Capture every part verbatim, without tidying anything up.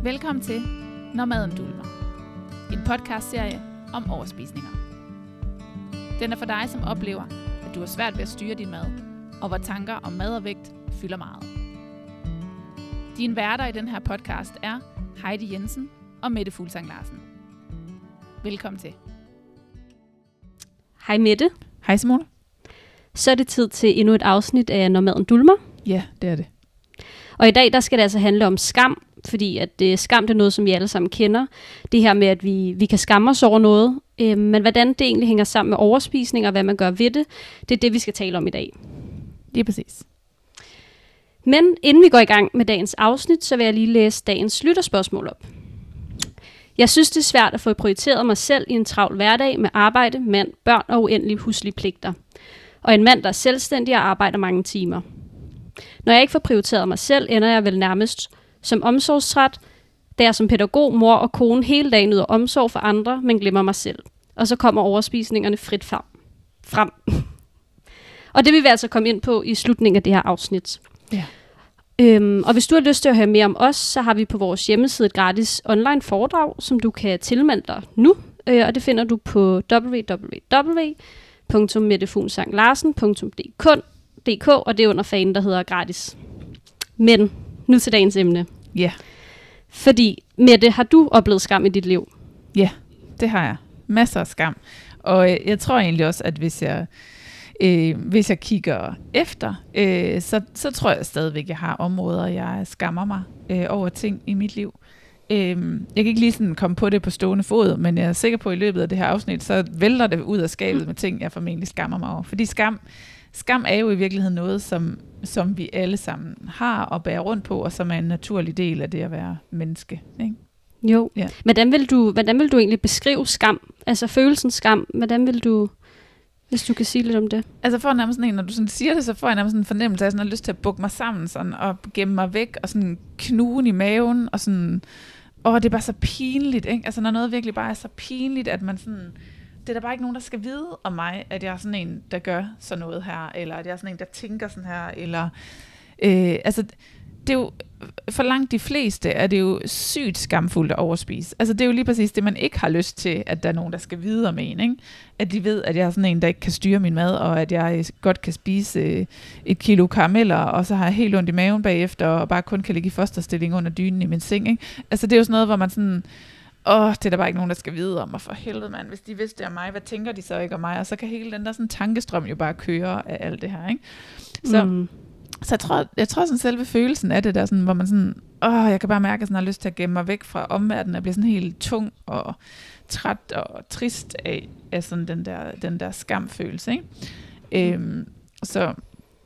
Velkommen til Når maden dulmer. En podcastserie om overspisninger. Den er for dig, som oplever, at du har svært ved at styre din mad, og hvor tanker om mad og vægt fylder meget. Dine værter i den her podcast er Heidi Jensen og Mette Fuglsang Larsen. Velkommen til. Hej Mette. Hej Simone. Så er det tid til endnu et afsnit af Når maden dulmer. Ja, det er det. Og i dag der skal det altså handle om skam, fordi at det, skam det er noget, som vi alle sammen kender. Det her med, at vi, vi kan skamme os over noget, øh, men hvordan det egentlig hænger sammen med overspisning og hvad man gør ved det, det er det, vi skal tale om i dag. Lige præcis. Men inden vi går i gang med dagens afsnit, så vil jeg lige læse dagens lytterspørgsmål op. Jeg synes, det er svært at få prioriteret mig selv i en travl hverdag med arbejde, mand, børn og uendelige huslige pligter. Og en mand, der er selvstændig og arbejder mange timer. Når jeg ikke får prioriteret mig selv, ender jeg vel nærmest som omsorgstræt, da jeg som pædagog, mor og kone hele dagen yder omsorg for andre, men glemmer mig selv. Og så kommer overspisningerne frit frem. frem. Og det vil vi altså komme ind på i slutningen af det her afsnit. Ja. Øhm, og hvis du har lyst til at høre mere om os, så har vi på vores hjemmeside et gratis online foredrag, som du kan tilmelde dig nu. Øh, og det finder du på w w w punktum mette fuglsang larsen punktum d k, og det er under fanen, der hedder gratis. Men nu til dagens emne. Ja. Yeah. Fordi, Mette, har du oplevet skam i dit liv? Ja, yeah, det har jeg. Masser af skam. Og øh, jeg tror egentlig også, at hvis jeg, øh, hvis jeg kigger efter, øh, så, så tror jeg stadigvæk, at jeg har områder, jeg skammer mig øh, over ting i mit liv. Øh, jeg kan ikke lige sådan komme på det på stående fod, men jeg er sikker på, at i løbet af det her afsnit, så vælter det ud af skabet med ting, jeg formentlig skammer mig over. Fordi skam, skam er jo i virkeligheden noget, som, som vi alle sammen har og bærer rundt på, og som er en naturlig del af det at være menneske, ikke? Jo. Ja. Hvordan vil du, hvordan vil du egentlig beskrive skam? Altså følelsen skam. Hvordan vil du, hvis du kan sige lidt om det? Altså får nærmest sådan en, når du sådan siger det, så får jeg nærmest sådan en fornemmelse af, at jeg har lyst til at bukke mig sammen sådan, og gemme mig væk, og sådan knugen i maven, og sådan, åh, det er bare så pinligt, ikke? Altså når noget virkelig bare er så pinligt, at man sådan, det er der bare ikke nogen, der skal vide om mig, at jeg er sådan en, der gør sådan noget her, eller at jeg er sådan en, der tænker sådan her, eller, øh, altså, det er jo, for langt de fleste er det jo sygt skamfuldt at overspise. Altså det er jo lige præcis det, man ikke har lyst til, at der er nogen, der skal vide om en, ikke? At de ved, at jeg er sådan en, der ikke kan styre min mad, og at jeg godt kan spise øh, et kilo karameller, og så har jeg helt ondt i maven bagefter, og bare kun kan ligge i fosterstilling under dynen i min seng, ikke? Altså det er jo sådan noget, hvor man sådan, åh, det er der bare ikke nogen, der skal vide om, og for helvede mand, hvis de vidste det om mig, hvad tænker de så ikke om mig? Og så kan hele den der sådan tankestrøm jo bare køre af alt det her, ikke? Så... Mm. Så jeg tror, jeg tror sådan selve følelsen af det der, sådan, hvor man sådan, åh, jeg kan bare mærke, at jeg har lyst til at gemme mig væk fra omverdenen. Jeg bliver sådan helt tung og træt og trist af, af sådan den der, den der skamfølelse, ikke? Mm. Øhm, så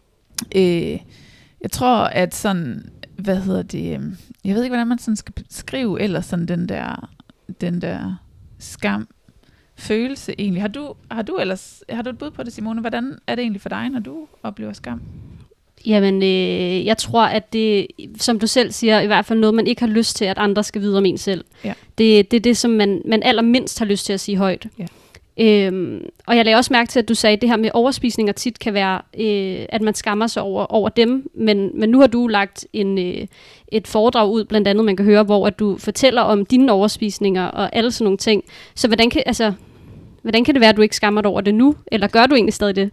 øh, jeg tror, at sådan, hvad hedder det, jeg ved ikke, hvordan man sådan skal beskrive ellers sådan den der, den der skam følelse egentlig. Har du, har du ellers, har du et bud på det, Simone? Hvordan er det egentlig for dig, når du oplever skam? Jamen, øh, jeg tror, at det, som du selv siger, i hvert fald noget, man ikke har lyst til, at andre skal vide om en selv. Ja. Det, det er det, som man, man allermindst har lyst til at sige højt. Ja. Øhm, og jeg lagde også mærke til, at du sagde, at det her med overspisninger tit kan være, øh, at man skammer sig over, over dem. Men, men nu har du lagt en, øh, et foredrag ud, blandt andet, man kan høre, hvor at du fortæller om dine overspisninger og alle sådan nogle ting. Så hvordan kan, altså, hvordan kan det være, at du ikke skammer dig over det nu? Eller gør du egentlig stadig det?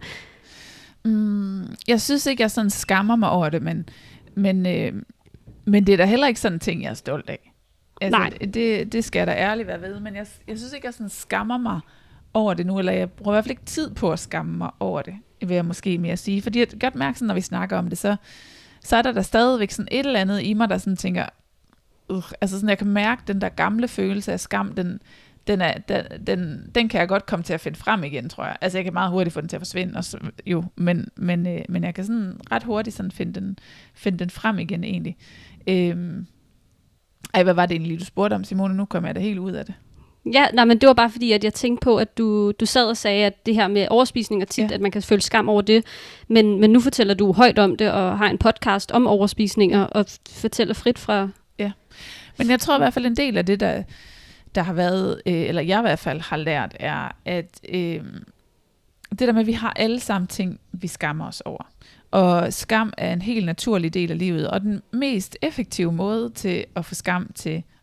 Mm, jeg synes ikke, jeg sådan skammer mig over det, men, men, øh, men det er da heller ikke sådan en ting, jeg er stolt af. Altså, Nej. Det, det skal jeg da ærligt være ved, men jeg, jeg synes ikke, jeg sådan skammer mig over det nu, eller jeg bruger i hvert fald ikke tid på at skamme mig over det, vil jeg måske mere sige. Fordi jeg kan godt mærke, sådan, når vi snakker om det, så, så er der da stadigvæk sådan et eller andet i mig, der sådan tænker, uh, altså sådan, jeg kan mærke den der gamle følelse af skam, den Den, er, den, den, den kan jeg godt komme til at finde frem igen, tror jeg. Altså jeg kan meget hurtigt få den til at forsvinde, også, jo, men, men, øh, men jeg kan sådan ret hurtigt sådan finde, den, finde den frem igen egentlig. Øhm, ej, hvad var det egentlig, du spurgte om, Simone? Nu kommer jeg da helt ud af det. Ja, nej, men det var bare fordi, at jeg tænkte på, at du, du sad og sagde, at det her med overspisning er tit, ja. At man kan føle skam over det. Men, men nu fortæller du højt om det, og har en podcast om overspisninger, og fortæller frit fra... Ja, men jeg tror i hvert fald en del af det, der... der har været, øh, eller jeg i hvert fald har lært, er, at øh, det der med, at vi har alle sammen ting, vi skammer os over. Og skam er en helt naturlig del af livet, og den mest effektive måde til at få skam til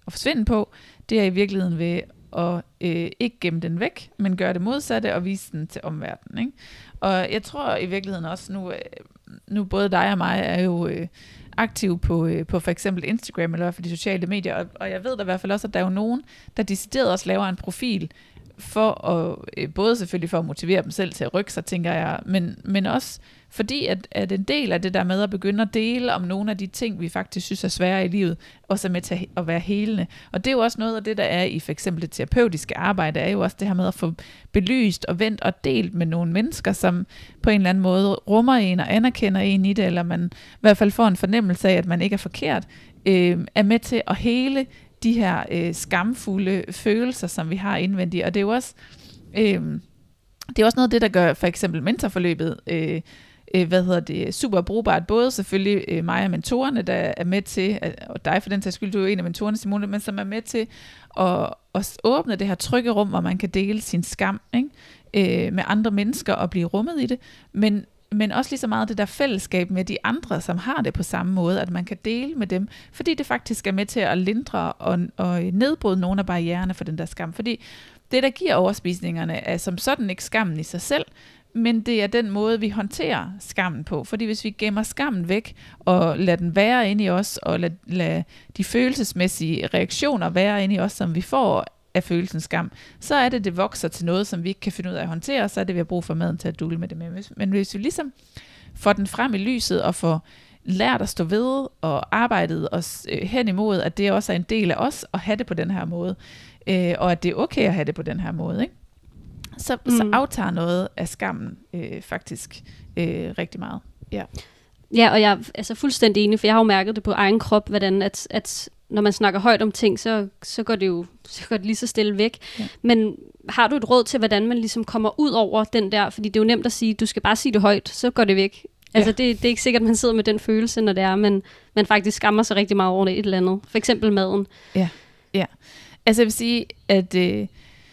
at forsvinde på, det er i virkeligheden ved at øh, ikke gemme den væk, men gøre det modsatte og vise den til omverdenen. Ikke? Og jeg tror i virkeligheden også, nu, nu både dig og mig er jo øh, aktive på, øh, på for eksempel Instagram, eller i hvert fald de sociale medier, og, og jeg ved da i hvert fald også, at der er jo nogen, der decideret også laver en profil, for at, øh, både selvfølgelig for at motivere dem selv til at rykke sig, tænker jeg, men, men også fordi, at, at en del af det der med at begynde at dele om nogle af de ting, vi faktisk synes er svære i livet, også er med til at være helende. Og det er jo også noget af det, der er i for eksempel det terapeutiske arbejde, er jo også det her med at få belyst og vendt og delt med nogle mennesker, som på en eller anden måde rummer en og anerkender en i det, eller man i hvert fald får en fornemmelse af, at man ikke er forkert, øh, er med til at hele de her øh, skamfulde følelser, som vi har indvendigt. Og det er jo også, øh, det er også noget af det, der gør for eksempel mentorforløbet øh, øh, hvad hedder det, super brugbart. Både selvfølgelig øh, mig og mentorerne, der er med til, og dig for den sags skyld, du er jo en af mentorerne, Simone, men som er med til at, at åbne det her trygge rum, hvor man kan dele sin skam, ikke? Øh, med andre mennesker og blive rummet i det. Men men også lige så meget det der fællesskab med de andre, som har det på samme måde, at man kan dele med dem, fordi det faktisk er med til at lindre og, og nedbryde nogle af barriererne for den der skam. Fordi det, der giver overspisningerne, er som sådan ikke skammen i sig selv, men det er den måde, vi håndterer skammen på. Fordi hvis vi gemmer skammen væk, og lader den være inde i os, og lader, lader de følelsesmæssige reaktioner være inde i os, som vi får af følelsen skam, så er det, det vokser til noget, som vi ikke kan finde ud af at håndtere, og så er det, vi har brug for maden til at dule med det med. Men hvis vi ligesom får den frem i lyset, og får lært at stå ved, og arbejdet os øh, hen imod, at det også er en del af os, at have det på den her måde, øh, og at det er okay at have det på den her måde, ikke? Så, mm. så aftager noget af skammen øh, faktisk øh, rigtig meget. Ja. Ja, og jeg er altså fuldstændig enig, for jeg har jo mærket det på egen krop, hvordan at, at når man snakker højt om ting, så, så går det jo så går det lige så stille væk. Ja. Men har du et råd til, hvordan man ligesom kommer ud over den der, fordi det er jo nemt at sige, du skal bare sige det højt, så går det væk. Altså ja. det, det er ikke sikkert, at man sidder med den følelse, når det er, men man faktisk skammer sig rigtig meget over det et eller andet. For eksempel maden. Ja, ja. Altså jeg vil sige, at øh,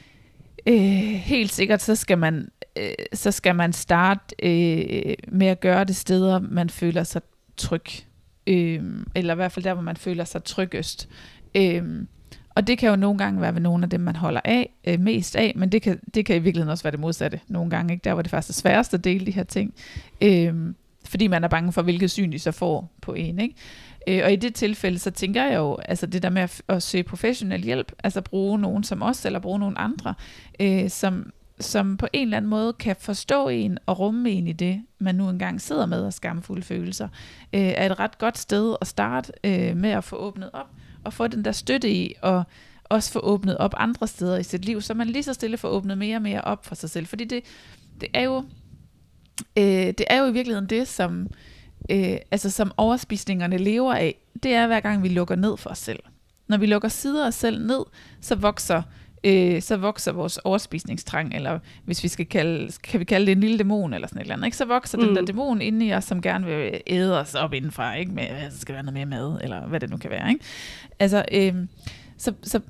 øh, helt sikkert, så skal man, øh, så skal man starte øh, med at gøre det steder, man føler sig tryg. Øh, eller i hvert fald der, hvor man føler sig tryggest. Øh, og det kan jo nogle gange være ved nogle af dem, man holder af, øh, mest af, men det kan, det kan i virkeligheden også være det modsatte nogle gange, ikke? Der var det faktisk det sværeste at dele de her ting, øh, fordi man er bange for, hvilket syn de så får på en, ikke? Øh, og i det tilfælde, så tænker jeg jo, altså det der med at, at søge professionel hjælp, altså bruge nogen som os, eller bruge nogen andre, øh, som, som på en eller anden måde kan forstå en og rumme en i det, man nu engang sidder med af skamfulde følelser, øh, er et ret godt sted at starte øh, med at få åbnet op, og få den der støtte i, og også få åbnet op andre steder i sit liv, så man lige så stille får åbnet mere og mere op for sig selv. Fordi det, det, er, jo, øh, det er jo i virkeligheden det, som, øh, altså, som overspisningerne lever af. Det er hver gang vi lukker ned for os selv. Når vi lukker sider af os selv ned, så vokser Øh, så vokser vores overspisningstrang, eller hvis vi skal kalde, kan vi kalde det en lille dæmon, eller sådan et eller andet, ikke? Så vokser mm. den der dæmon inde i os, som gerne vil æde os op indenfra, ikke? Med, at der skal være noget mere mad, eller hvad det nu kan være, ikke? Altså, øh, så, så,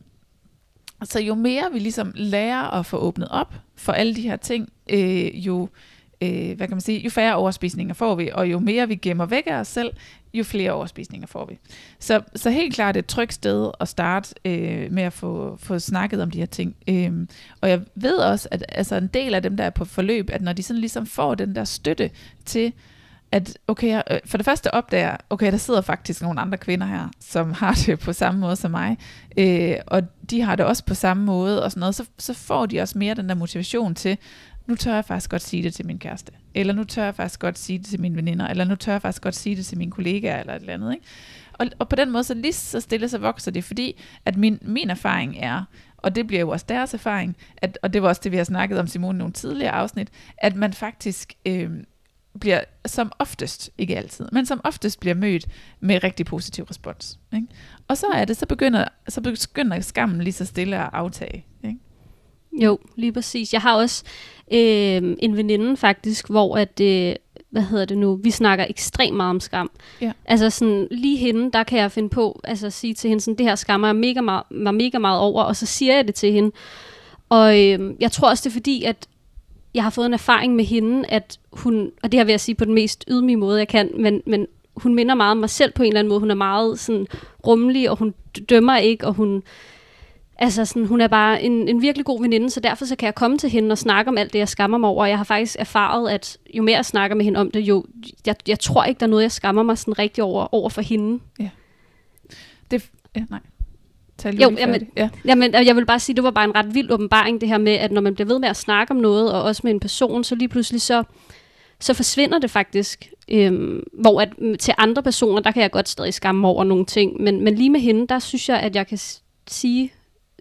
så jo mere vi ligesom lærer at få åbnet op for alle de her ting, øh, jo, øh, hvad kan man sige, jo færre overspisninger får vi, og jo mere vi gemmer væk af os selv, jo flere overspisninger får vi. Så, så helt klart et trygt sted at starte øh, med at få, få snakket om de her ting. Øhm, og jeg ved også, at altså, en del af dem, der er på forløb, at når de sådan ligesom får den der støtte til, at okay, for det første opdager, okay, der sidder faktisk nogle andre kvinder her, som har det på samme måde som mig, øh, og de har det også på samme måde, og sådan noget, så, så får de også mere den der motivation til, nu tør jeg faktisk godt sige det til min kæreste, eller nu tør jeg faktisk godt sige det til mine veninder, eller nu tør jeg faktisk godt sige det til mine kollegaer, eller et eller andet, ikke? Og, og på den måde, så lige så stille, så vokser det, fordi at min, min erfaring er, og det bliver jo også deres erfaring, at, og det var også det, vi har snakket om, Simone, nogle tidligere afsnit, at man faktisk øh, bliver som oftest, ikke altid, men som oftest bliver mødt med rigtig positiv respons, ikke? Og så er det, så begynder, så begynder skammen lige så stille at aftage, ikke? Jo, lige præcis. Jeg har også øh, en veninde faktisk, hvor at, øh, hvad hedder det nu, vi snakker ekstremt meget om skam. Ja. Altså sådan, lige hende, der kan jeg finde på, altså at sige til hende sådan, det her skammer jeg mega meget, mig mega meget over, og så siger jeg det til hende. Og øh, jeg tror også, det er fordi, at jeg har fået en erfaring med hende, at hun, og det her vil jeg sige på den mest ydmyge måde, jeg kan, men, men hun minder meget om mig selv på en eller anden måde. Hun er meget sådan rummelig, og hun dømmer ikke, og hun, altså sådan, hun er bare en, en virkelig god veninde, så derfor så kan jeg komme til hende og snakke om alt det, jeg skammer mig over. Og jeg har faktisk erfaret, at jo mere jeg snakker med hende om det, jo, jeg, jeg tror ikke, der er noget, jeg skammer mig sådan rigtig over, over for hende. Ja. Det, ja, nej. Jo, jamen, ja. jamen, jeg vil bare sige, det var bare en ret vild åbenbaring, det her med, at når man bliver ved med at snakke om noget, og også med en person, så lige pludselig så, så forsvinder det faktisk. Øhm, hvor at, til andre personer, der kan jeg godt stadig skamme over nogle ting, men, men lige med hende, der synes jeg, at jeg kan s- sige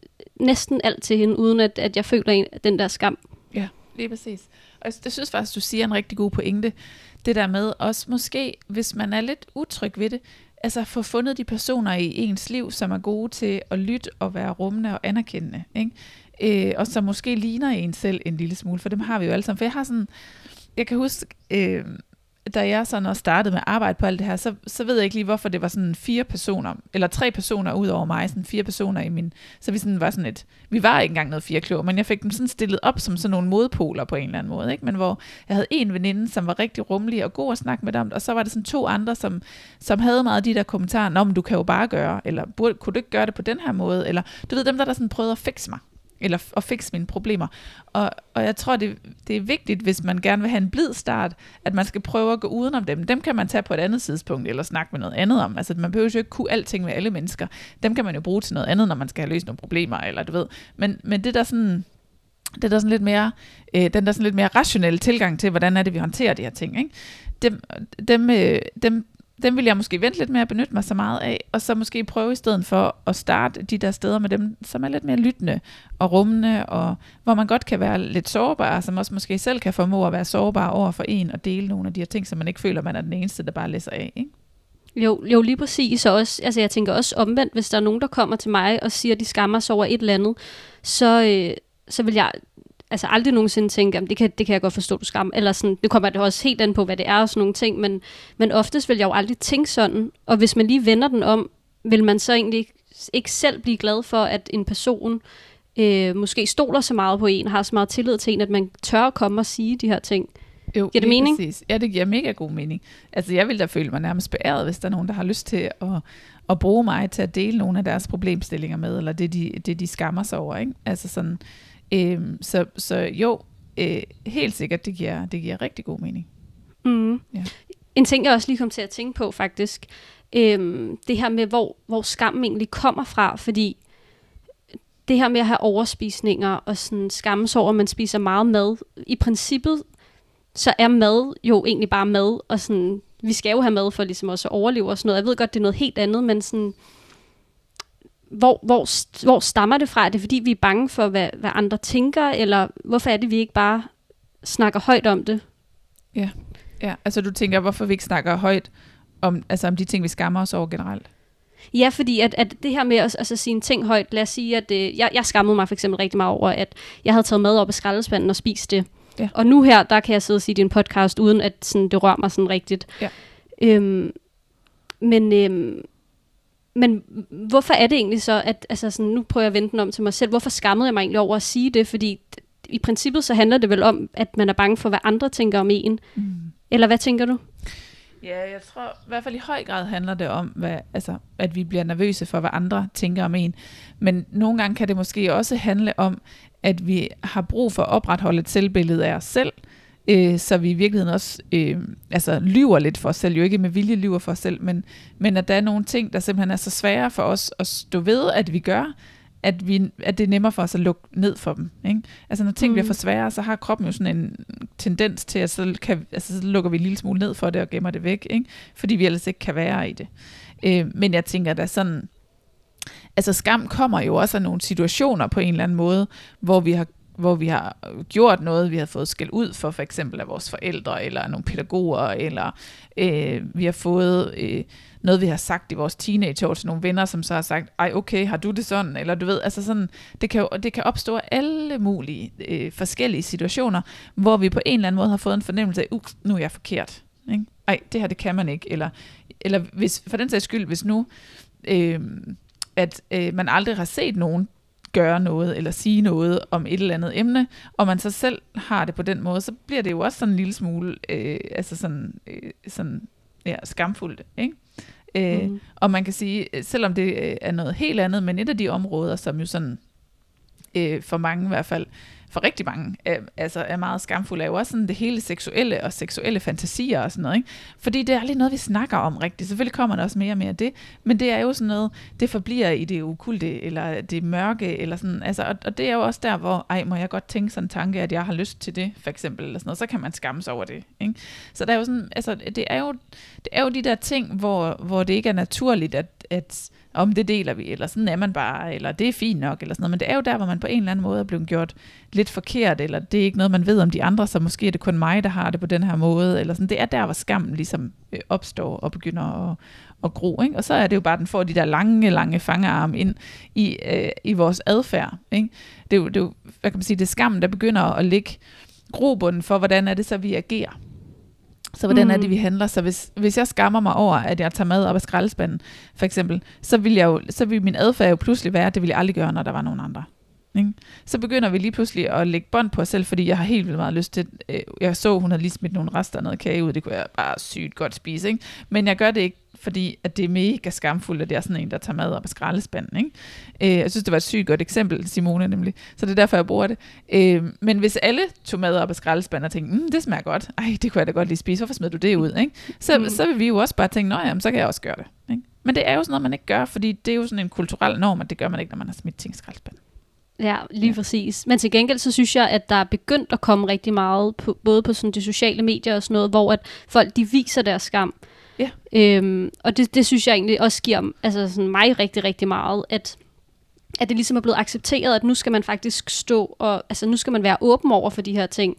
næsten alt til hende, uden at, at jeg føler en, den der skam. Ja, lige præcis. Og jeg synes faktisk, du siger en rigtig god pointe. Det der med også måske, hvis man er lidt utryg ved det, altså få fundet de personer i ens liv, som er gode til at lytte og være rummende og anerkendende, ikke? Øh, og som måske ligner en selv en lille smule, for dem har vi jo alle sammen. For jeg har sådan, jeg kan huske, øh, da jeg sådan også startede med at arbejde på alt det her, så, så ved jeg ikke lige, hvorfor det var sådan fire personer, eller tre personer ud over mig, sådan fire personer i min, så vi sådan var sådan et, vi var ikke engang noget firekløver, men jeg fik dem sådan stillet op som sådan nogle modpoler på en eller anden måde, ikke? Men hvor jeg havde en veninde, som var rigtig rummelig og god at snakke med dem, og så var det sådan to andre, som, som havde meget de der kommentarer, nå, men du kan jo bare gøre, eller burde, kunne du ikke gøre det på den her måde, eller du ved, dem der, der sådan prøvede at fikse mig, eller at fikse mine problemer. Og, og jeg tror, det, det er vigtigt, hvis man gerne vil have en blid start, at man skal prøve at gå udenom dem. Dem kan man tage på et andet tidspunkt, eller snakke med noget andet om. Altså, man behøver jo ikke kunne alting med alle mennesker. Dem kan man jo bruge til noget andet, når man skal have løst nogle problemer, eller du ved. Men, men det der sådan, det der sådan lidt mere, øh, den der sådan lidt mere rationelle tilgang til, hvordan er det, vi håndterer de her ting, ikke? Dem, dem, øh, dem Dem vil jeg måske vente lidt med at benytte mig så meget af, og så måske prøve i stedet for at starte de der steder med dem, som er lidt mere lyttende og rummende, og hvor man godt kan være lidt sårbar, som også måske selv kan formå at være sårbar over for en, og dele nogle af de her ting, som man ikke føler, man er den eneste, der bare læser af, ikke? Jo, jo, lige præcis. Og også, altså jeg tænker også omvendt, hvis der er nogen, der kommer til mig og siger, at de skammer sig over et eller andet, så, øh, så vil jeg altså aldrig nogensinde tænke, det kan, det kan jeg godt forstå, du skam. Eller sådan, det kommer det også helt an på, hvad det er og sådan nogle ting, men, men oftest vil jeg jo aldrig tænke sådan. Og hvis man lige vender den om, vil man så egentlig ikke, ikke selv blive glad for, at en person øh, måske stoler så meget på en, har så meget tillid til en, at man tør at komme og sige de her ting. Jo, giver det mening? Præcis. Ja, det giver mega god mening. Altså jeg vil da føle mig nærmest beæret, hvis der er nogen, der har lyst til at, at bruge mig til at dele nogle af deres problemstillinger med, eller det de, det, de skammer sig over, ikke? Altså sådan... Øhm, så, så jo, øh, helt sikkert, det giver, det giver rigtig god mening. Mm. Ja. En ting, jeg også lige kom til at tænke på faktisk, øhm, det her med, hvor, hvor skammen egentlig kommer fra, fordi det her med at have overspisninger og sådan skamme sig over, at man spiser meget mad, i princippet, så er mad jo egentlig bare mad, og sådan, vi skal jo have mad for ligesom også at overleve og sådan noget. Jeg ved godt, det er noget helt andet, men sådan... Hvor, hvor, hvor stammer det fra? Er det fordi, vi er bange for, hvad, hvad andre tænker? Eller hvorfor er det, vi ikke bare snakker højt om det? Ja, ja. Altså du tænker, hvorfor vi ikke snakker højt om, altså om de ting, vi skammer os over generelt? Ja, fordi at, at det her med at altså, sige en ting højt, lad os sige, at øh, jeg, jeg skammede mig for eksempel rigtig meget over, at jeg havde taget mad op af skraldespanden og spist det. Ja. Og nu her, der kan jeg sidde og sige det i en podcast, uden at sådan, det rører mig sådan rigtigt. Ja. Øhm, men... Øhm, Men hvorfor er det egentlig så, at altså sådan, nu prøver jeg at vende den om til mig selv, hvorfor skammede jeg mig egentlig over at sige det? Fordi i princippet så handler det vel om, at man er bange for, hvad andre tænker om en. Mm. Eller hvad tænker du? Ja, jeg tror i hvert fald i høj grad handler det om, hvad, altså, at vi bliver nervøse for, hvad andre tænker om en. Men nogle gange kan det måske også handle om, at vi har brug for at opretholde et selvbillede af os selv, øh, så vi i virkeligheden også øh, altså, lyver lidt for os selv, jo ikke med vilje lyver for os selv, men, men at der er nogle ting, der simpelthen er så svære for os at stå ved, at vi gør, at, vi, at det er nemmere for os at lukke ned for dem. Ikke? Altså når ting mm. bliver for svære, så har kroppen jo sådan en tendens til, at så, kan, altså, så lukker vi en lille smule ned for det og gemmer det væk, ikke? Fordi vi ellers ikke kan være i det. Øh, men jeg tænker, at sådan, altså skam kommer jo også af nogle situationer på en eller anden måde, hvor vi har hvor vi har gjort noget, vi har fået skæld ud for, for eksempel af vores forældre, eller nogle pædagoger, eller øh, vi har fået øh, noget, vi har sagt i vores teenageår til nogle venner, som så har sagt, ej okay, har du det sådan? Eller du ved, altså sådan, det kan, jo, det kan opstå alle mulige øh, forskellige situationer, hvor vi på en eller anden måde har fået en fornemmelse af, uh, nu er jeg forkert. Ikke? Ej, det her, det kan man ikke. Eller, eller hvis, for den sags skyld, hvis nu, øh, at øh, man aldrig har set nogen gøre noget, eller sige noget om et eller andet emne, og man så selv har det på den måde, så bliver det jo også sådan en lille smule, øh, altså sådan, øh, sådan ja, skamfuldt, ikke? Øh, mm. Og man kan sige, selvom det er noget helt andet, men et af de områder, som jo sådan, øh, for mange i hvert fald, for rigtig mange, øh, altså er meget skamfulde, er jo også sådan det hele seksuelle og seksuelle fantasier og sådan noget, ikke? Fordi det er aldrig noget, vi snakker om rigtigt. Selvfølgelig kommer der også mere og mere af det, men det er jo sådan noget, det forbliver i det okulte, eller det mørke, eller sådan, altså, og, og det er jo også der, hvor, ej, må jeg godt tænke sådan en tanke, at jeg har lyst til det, for eksempel, eller sådan noget, så kan man skamme sig over det, ikke? Så der er jo sådan, altså, det er jo, det er jo de der ting, hvor, hvor det ikke er naturligt, at, at om det deler vi, eller sådan er man bare, eller det er fint nok, eller sådan noget. Men det er jo der, hvor man på en eller anden måde er blevet gjort lidt forkert, eller det er ikke noget, man ved om de andre, så måske er det kun mig, der har det på den her måde, eller sådan. Det er der, hvor skammen ligesom øh, opstår og begynder at, at gro, ikke? Og så er det jo bare, at den får de der lange, lange fangearme ind i, øh, i vores adfærd, ikke? Det er jo, det er jo, hvad kan man sige, det er skammen, der begynder at ligge grobunden for, hvordan er det så, vi agerer. Så hvordan mm. er det, vi handler? Så hvis, hvis jeg skammer mig over, at jeg tager mad op af skraldespanden, for eksempel, så vil, jeg jo, så vil min adfærd jo pludselig være, at det ville jeg aldrig gøre, når der var nogen andre. Ikke? Så begynder vi lige pludselig at lægge bånd på os selv, fordi jeg har helt vildt meget lyst til, øh, jeg så, hun havde lige smidt nogle rester af noget kage ud, det kunne jeg bare sygt godt spise, ikke? Men jeg gør det ikke, fordi at det er mega skamfuldt, at det er sådan en, der tager mad op af skraldespanden, ikke? Øh, jeg synes, det var et sygt godt eksempel, Simone nemlig, så det er derfor, jeg bruger det. Øh, men hvis alle tog mad op af skraldespanden og tænkte, mm, det smager godt, ej, det kunne jeg da godt lige spise, hvorfor smed du det ud, ikke? Så, mm. så vil vi jo også bare tænke, nå jamen, så kan jeg også gøre det, ikke? Men det er jo sådan noget, man ikke gør, fordi det er jo sådan en kulturel norm, at det gør man ikke, når man har smidt ting i skraldespanden. Ja, lige ja. præcis. Men til gengæld, så synes jeg, at der er begyndt at komme rigtig meget, på, både på sådan de sociale medier og sådan noget, hvor at folk, de viser deres skam. Ja. Øhm, og det, det synes jeg egentlig også giver altså sådan mig rigtig, rigtig meget, at, at det ligesom er blevet accepteret, at nu skal man faktisk stå, og altså nu skal man være åben over for de her ting.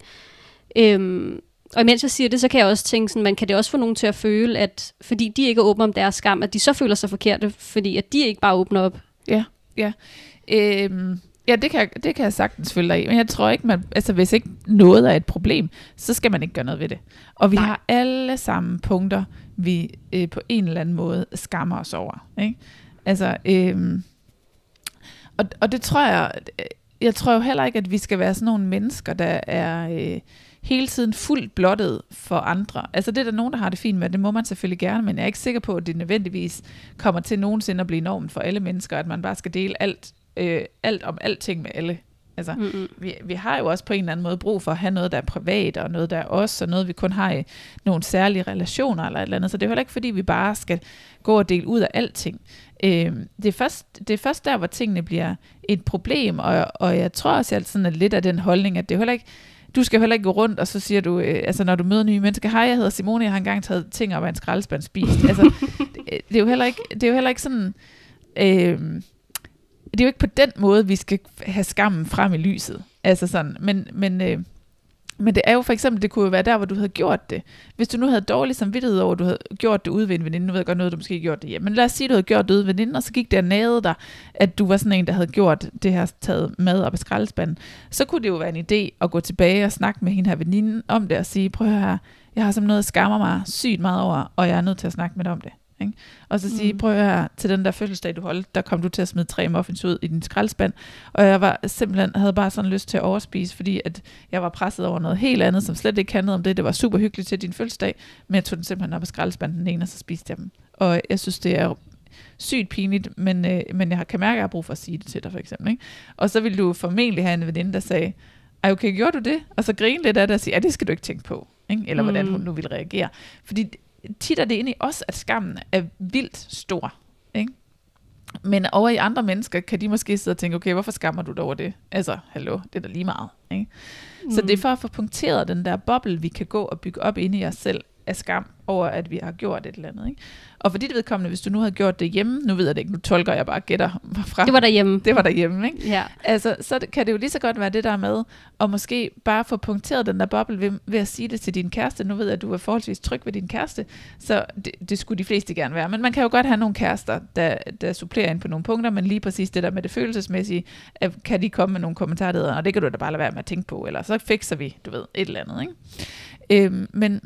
Øhm, og imens jeg siger det, så kan jeg også tænke sådan, man kan det også få nogen til at føle, at fordi de ikke er åbne om deres skam, at de så føler sig forkerte, fordi at de ikke bare åbner op. Ja, ja. Øhm Ja, det kan, jeg, det kan jeg sagtens følge dig i, men jeg tror ikke, man, altså hvis ikke noget er et problem, så skal man ikke gøre noget ved det. Og vi Nej. har alle sammen punkter, vi øh, på en eller anden måde skammer os over, ikke? Altså, øh, og, og det tror jeg, jeg tror jo heller ikke, at vi skal være sådan nogle mennesker, der er øh, hele tiden fuldt blottet for andre. Altså det er der nogen, der har det fint med, det må man selvfølgelig gerne, men jeg er ikke sikker på, at det nødvendigvis kommer til nogensinde at blive normen for alle mennesker, at man bare skal dele alt, Øh, alt om alting med alle. Altså, mm-hmm. vi, vi har jo også på en eller anden måde brug for at have noget, der er privat, og noget, der er os, og noget, vi kun har i nogle særlige relationer, eller et eller andet. Så det er heller ikke, fordi vi bare skal gå og dele ud af alting. Øh, det, er først, det er først der, hvor tingene bliver et problem, og, og jeg tror også, at sådan er lidt af den holdning, at det er heller ikke, du skal heller ikke gå rundt, og så siger du, øh, altså når du møder nye mennesker, hej, jeg hedder Simone, jeg har engang taget ting op af en skraldespand spist. Altså, det, det, er jo heller ikke, det er jo heller ikke sådan... Øh, Det er jo ikke på den måde, vi skal have skammen frem i lyset. Altså sådan, men, men, øh, men det er jo for eksempel, det kunne jo være der, hvor du havde gjort det. Hvis du nu havde dårlig samvittighed over, at du havde gjort det ude ved en veninde, nu ved jeg godt noget, du måske gjort det hjemme, men lad os sige, at du havde gjort det ude ved veninden, og så gik det og nagede dig, at du var sådan en, der havde gjort det her, taget mad op af skraldespanden. Så kunne det jo være en idé at gå tilbage og snakke med hende her veninde om det, og sige, prøv at høre her, jeg har som noget, der skammer mig sygt meget over, og jeg er nødt til at snakke med dig om det. Ikke? Og så sige, mm. prøv her, til den der fødselsdag, du holdt, der kom du til at smide tre muffins ud i din skraldespand, og jeg var simpelthen, havde bare sådan lyst til at overspise, fordi at jeg var presset over noget helt andet, som slet ikke handlede om det. Det var super hyggeligt til din fødselsdag, men jeg tog den simpelthen op af skraldespanden den ene, og så spiste jeg dem. Og jeg synes, det er sygt pinligt, men, øh, men jeg kan mærke, at jeg har brug for at sige det til dig, for eksempel. Ikke? Og så ville du formentlig have en veninde, der sagde, ej okay, gjorde du det? Og så grine lidt af det og sige, ja, det skal du ikke tænke på. Ikke? Eller mm. hvordan hun nu ville reagere. Fordi tit er det inde i os, at skammen er vildt stor. Ikke? Men over i andre mennesker, kan de måske sidde og tænke, okay, hvorfor skammer du dig over det? Altså, hallo, det er da lige meget. Ikke? Mm. Så det er for at få punkteret den der boble, vi kan gå og bygge op inde i os selv af skam over, at vi har gjort et eller andet. Ikke? Og for dit vedkommende, hvis du nu havde gjort det hjemme, nu ved jeg det ikke, nu tolker jeg bare gætter fra. Det var derhjemme. Det var derhjemme, ikke? Ja. Altså, så kan det jo lige så godt være det der med, og måske bare få punkteret den der boble ved, ved at sige det til din kæreste. Nu ved jeg, at du er forholdsvis tryg ved din kæreste, så det, det skulle de fleste gerne være. Men man kan jo godt have nogle kærester, der, der supplerer ind på nogle punkter, men lige præcis det der med det følelsesmæssige, kan de komme med nogle kommentarer, der, og det kan du da bare lade være med at tænke på, eller så fikser vi, du ved, et eller andet, ikke? Øhm, men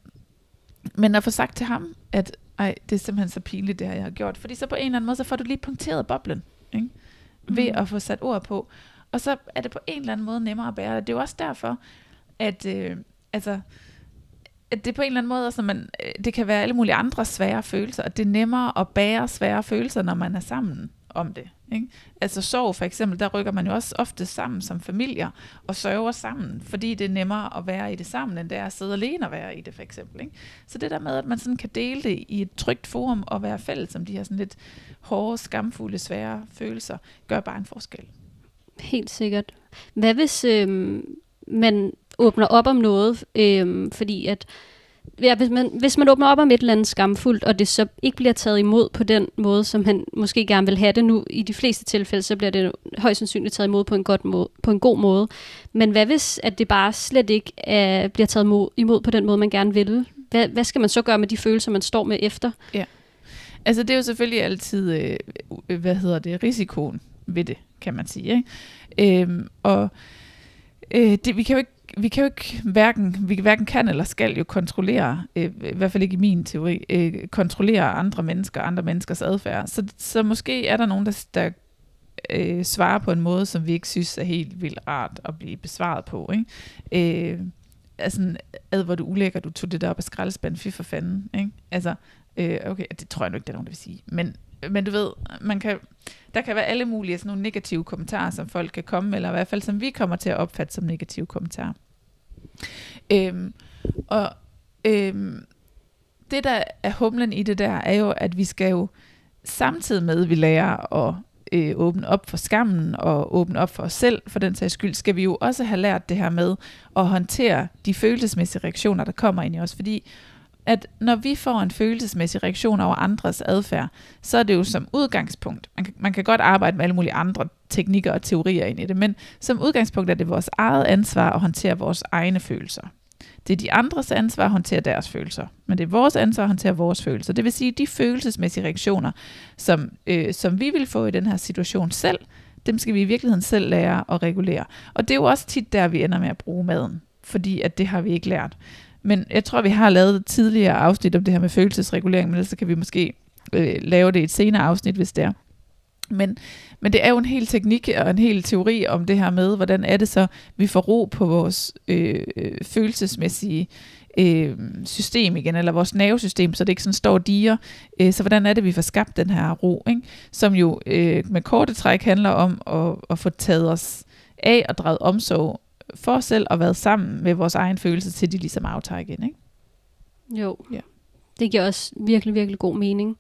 Men at få sagt til ham, at ej, det er simpelthen så pinligt, det her, jeg har gjort. Fordi så på en eller anden måde, så får du lige punkteret boblen, ikke? Ved mm. at få sat ord på. Og så er det på en eller anden måde nemmere at bære det. Det er jo også derfor, at, øh, altså, at det på en eller anden måde, altså man, det kan være alle mulige andre svære følelser, og det er nemmere at bære svære følelser, når man er sammen om det. Ikke? Altså sorg for eksempel, der rykker man jo også ofte sammen som familier, og sørger sammen, fordi det er nemmere at være i det sammen, end det er at sidde alene og være i det for eksempel. Ikke? Så det der med, at man sådan kan dele det i et trygt forum, og være fælles om de her sådan lidt hårde, skamfulde, svære følelser, gør bare en forskel. Helt sikkert. Hvad hvis øh, man åbner op om noget, øh, fordi at ja, hvis, man, hvis man åbner op om et eller andet skamfuldt, og det så ikke bliver taget imod på den måde, som han måske gerne vil have det nu, i de fleste tilfælde, så bliver det højst sandsynligt taget imod på en, godt måde, på en god måde. Men hvad hvis, at det bare slet ikke uh, bliver taget imod, imod på den måde, man gerne vil? Hvad, hvad skal man så gøre med de følelser, man står med efter? Ja, altså det er jo selvfølgelig altid, øh, hvad hedder det, risikoen ved det, kan man sige. Ikke? Øhm, og øh, det, vi kan jo ikke Vi kan jo ikke hverken, vi hverken kan eller skal jo kontrollere, øh, i hvert fald ikke i min teori, øh, kontrollere andre mennesker, andre menneskers adfærd. Så, så måske er der nogen, der, der øh, svarer på en måde, som vi ikke synes er helt vildt rart at blive besvaret på. Ikke? Øh, altså, ad hvor du ulækker, du tog det der op af skraldespanden, fy for fanden. Ikke? Altså, øh, okay, det tror jeg nu ikke, der er nogen, der vil sige. Men, men du ved, man kan, der kan være alle mulige sådan nogle negative kommentarer, som folk kan komme med, eller i hvert fald som vi kommer til at opfatte som negative kommentarer. Øhm, og øhm, det der er humlen i det der er jo, at vi skal jo samtidig med, at vi lærer at øh, åbne op for skammen og åbne op for os selv, for den sags skyld, skal vi jo også have lært det her med at håndtere de følelsesmæssige reaktioner, der kommer ind i os, fordi at når vi får en følelsesmæssig reaktion over andres adfærd, så er det jo som udgangspunkt, man kan, man kan godt arbejde med alle mulige andre teknikker og teorier ind i det, men som udgangspunkt er det vores eget ansvar at håndtere vores egne følelser. Det er de andres ansvar at håndtere deres følelser, men det er vores ansvar at håndtere vores følelser. Det vil sige, de følelsesmæssige reaktioner, som, øh, som vi vil få i den her situation selv, dem skal vi i virkeligheden selv lære at regulere. Og det er jo også tit der, vi ender med at bruge maden, fordi at det har vi ikke lært. Men jeg tror, vi har lavet tidligere afsnit om det her med følelsesregulering, men ellers så kan vi måske øh, lave det i et senere afsnit, hvis det er. Men, men det er jo en hel teknik og en hel teori om det her med, hvordan er det så, vi får ro på vores øh, følelsesmæssige øh, system igen, eller vores nervesystem, så det ikke sådan står og diger. Øh, så hvordan er det, vi får skabt den her ro, ikke? Som jo øh, med korte træk handler om at, at få taget os af og draget omsorg for os selv og været sammen med vores egen følelse, til de ligesom aftager igen, ikke? Jo, ja. Det giver også virkelig, virkelig god mening.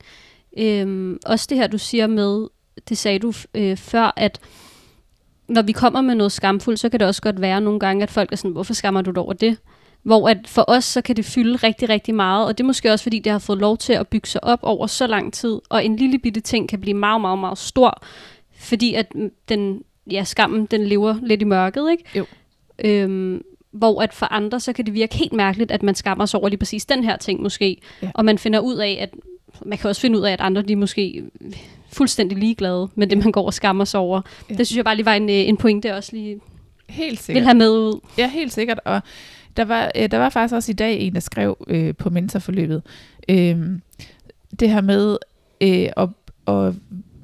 Øhm, også det her, du siger med, det sagde du øh, før, at når vi kommer med noget skamfuldt, så kan det også godt være nogle gange, at folk er sådan, hvorfor skammer du dig over det? Hvor at for os, så kan det fylde rigtig, rigtig meget, og det er måske også, fordi det har fået lov til at bygge sig op over så lang tid, og en lille bitte ting kan blive meget, meget, meget stor, fordi at den, ja, skammen, den lever lidt i mørket, ikke? Jo. Øhm, hvor at for andre, så kan det virke helt mærkeligt, at man skammer sig over lige præcis den her ting måske, ja. Og man finder ud af, at man kan også finde ud af, at andre de er måske fuldstændig ligeglade med det, man går og skammer sig over. Ja. Det synes jeg bare lige var en, en pointe, jeg også lige helt sikkert vil have med ud. Ja, helt sikkert, og der var, der var faktisk også i dag en, der skrev øh, på mentorforløbet, øh, det her med øh, at, og,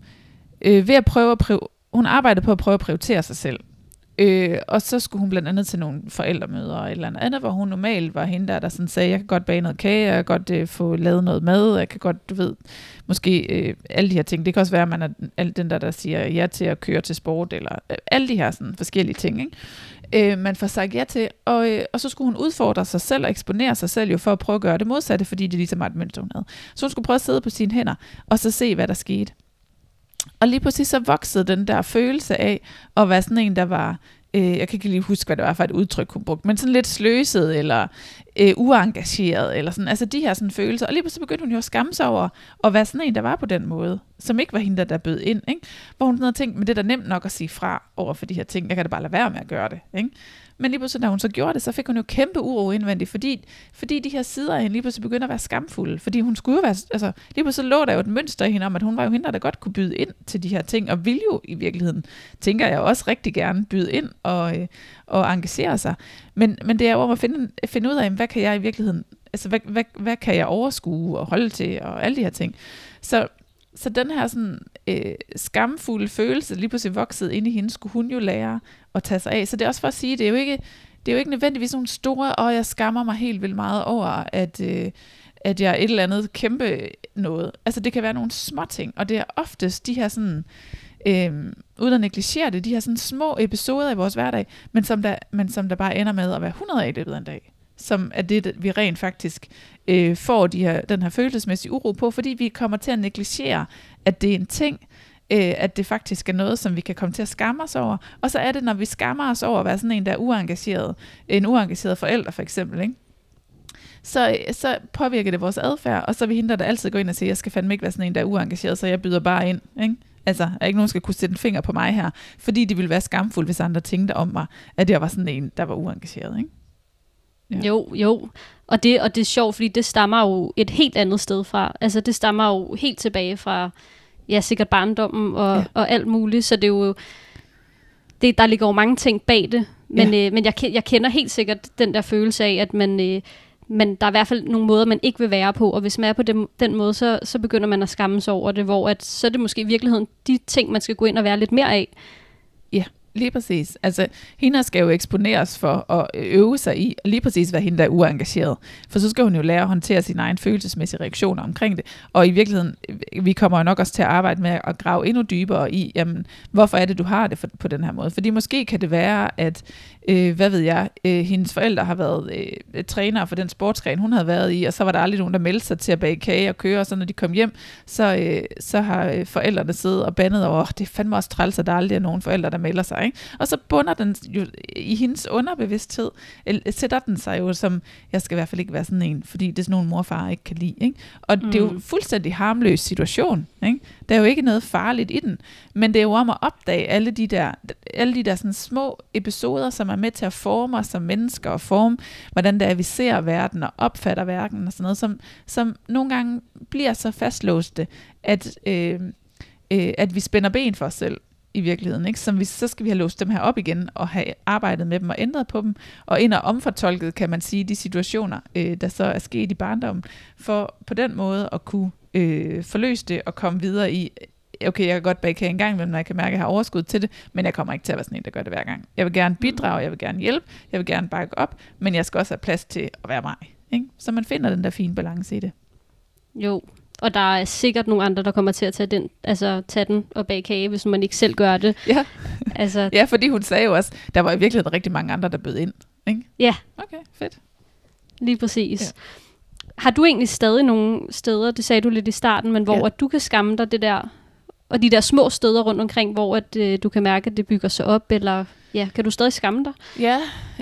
øh, ved at prøve at prøve, hun arbejdede på at prøve at prioritere sig selv. Øh, og så skulle hun blandt andet til nogle forældremøder og et eller andet, hvor hun normalt var hende der, der sådan sagde, jeg kan godt bage noget kage, jeg kan godt øh, få lavet noget mad, jeg kan godt, du ved, måske øh, alle de her ting. Det kan også være, at man er alle den der, der siger ja til at køre til sport, eller øh, alle de her sådan forskellige ting, ikke? Øh, man får sagt ja til, og, øh, og så skulle hun udfordre sig selv og eksponere sig selv jo for at prøve at gøre det modsatte, fordi det ligesom var et mønster, hun havde. Så hun skulle prøve at sidde på sine hænder, og så se, hvad der skete. Og lige pludselig så voksede den der følelse af at være sådan en, der var, øh, jeg kan ikke lige huske, hvad det var for et udtryk, hun brugte, men sådan lidt sløset, eller øh, uengageret, eller sådan, altså de her sådan følelser. Og lige pludselig begyndte hun jo at skamme sig over at være sådan en, der var på den måde, som ikke var hende, der, der bød ind, ikke? Hvor hun havde tænkt, men det er da nemt nok at sige fra over for de her ting, jeg kan da bare lade være med at gøre det, ikke? Men lige pludselig, da hun så gjorde det, så fik hun jo kæmpe uro indvendigt, fordi, fordi de her sider af hende lige pludselig begyndte at være skamfulde. Fordi hun skulle jo være, altså lige pludselig lå der jo et mønster i hende om, at hun var jo hende, der godt kunne byde ind til de her ting, og ville jo i virkeligheden, tænker jeg også rigtig gerne, byde ind og, øh, og engagere sig. Men, men det er jo om at finde, finde ud af, hvad kan jeg i virkeligheden, altså hvad, hvad, hvad kan jeg overskue og holde til, og alle de her ting. Så Så den her sådan, øh, skamfulde følelse, lige pludselig voksede ind i hende, skulle hun jo lære at tage sig af. Så det er også for at sige, det er jo ikke, det er jo ikke nødvendigvis nogle store, og jeg skammer mig helt vildt meget over, at, øh, at jeg er et eller andet kæmpe noget. Altså det kan være nogle små ting, og det er oftest de her sådan, øh, uden at negligere det, de her sådan små episoder i vores hverdag, men som der, men som der bare ender med at være hundrede af i løbet af en dag. Som er det, vi rent faktisk øh, får de her, den her følelsesmæssige uro på, fordi vi kommer til at negligere, at det er en ting, øh, at det faktisk er noget, som vi kan komme til at skamme os over. Og så er det, når vi skammer os over at være sådan en, der er uengageret, en uengageret forælder for eksempel, ikke? Så, så påvirker det vores adfærd, og så vil hende, der altid gå ind og sige, jeg skal fandme ikke være sådan en, der er uengageret, så jeg byder bare ind, ikke? Altså, at ikke nogen skal kunne sætte en finger på mig her, fordi det ville være skamfuldt, hvis andre tænkte om mig, at jeg var sådan en, der var uengageret, ikke? Ja. Jo, jo. Og det, og det er sjovt, fordi det stammer jo et helt andet sted fra. Altså, det stammer jo helt tilbage fra, ja, sikkert barndommen og, ja. og alt muligt. Så det er jo, det, der ligger jo mange ting bag det. Men, ja. øh, men jeg, jeg kender helt sikkert den der følelse af, at man, øh, man, der er i hvert fald nogle måder, man ikke vil være på. Og hvis man er på den, den måde, så, så begynder man at skamme sig over det. Hvor at, så er det måske i virkeligheden de ting, man skal gå ind og være lidt mere af. Ja. Lige præcis. Altså, hende skal jo eksponeres for at øve sig i, lige præcis være hende, der er uengageret. For så skal hun jo lære at håndtere sine egne følelsesmæssige reaktioner omkring det. Og i virkeligheden, vi kommer jo nok også til at arbejde med at grave endnu dybere i, jamen, hvorfor er det, du har det for, på den her måde? Fordi måske kan det være, at, øh, hvad ved jeg, øh, hendes forældre har været øh, trænere for den sportsgren, hun havde været i, og så var der aldrig nogen, der meldte sig til at bage kage og køre, og så når de kom hjem, så, øh, så har forældrene siddet og bandet over, det er fandme også træls, at der aldrig er nogen forældre, der melder sig, ikke? Og så bunder den jo i hendes underbevidsthed, sætter den sig jo som, jeg skal i hvert fald ikke være sådan en, fordi det er sådan nogle morfar ikke kan lide, ikke? Og mm. det er jo en fuldstændig harmløs situation, ikke? Der er jo ikke noget farligt i den, men det er jo om at opdage alle de der, alle de der sådan små episoder, som er med til at forme os som mennesker, og forme, hvordan det er, vi ser verden, og opfatter verden, og sådan noget, som, som nogle gange bliver så fastlåste, at, øh, øh, at vi spænder ben for os selv, i virkeligheden, ikke? Som vi, så skal vi have låst dem her op igen, og have arbejdet med dem og ændret på dem, og ind og omfortolket, kan man sige, de situationer, øh, der så er sket i barndommen, for på den måde at kunne øh, forløse det og komme videre i, okay, jeg kan godt bage kage en gang, men jeg kan mærke, at jeg har overskud til det, men jeg kommer ikke til at være sådan en, der gør det hver gang. Jeg vil gerne bidrage, jeg vil gerne hjælpe, jeg vil gerne bakke op, men jeg skal også have plads til at være mig, ikke? Så man finder den der fine balance i det. Jo. Og der er sikkert nogle andre, der kommer til at tage den, altså tage den og bage kage, hvis man ikke selv gør det. Ja, altså. Ja, fordi hun sagde jo også, der var i virkeligheden rigtig mange andre, der bød ind, ikke? Ja. Okay, fedt. Lige præcis. Ja. Har du egentlig stadig nogle steder, det sagde du lidt i starten, men hvor ja. at du kan skamme dig det der, og de der små steder rundt omkring, hvor at, øh, du kan mærke, at det bygger sig op, eller ja, kan du stadig skamme dig? Ja,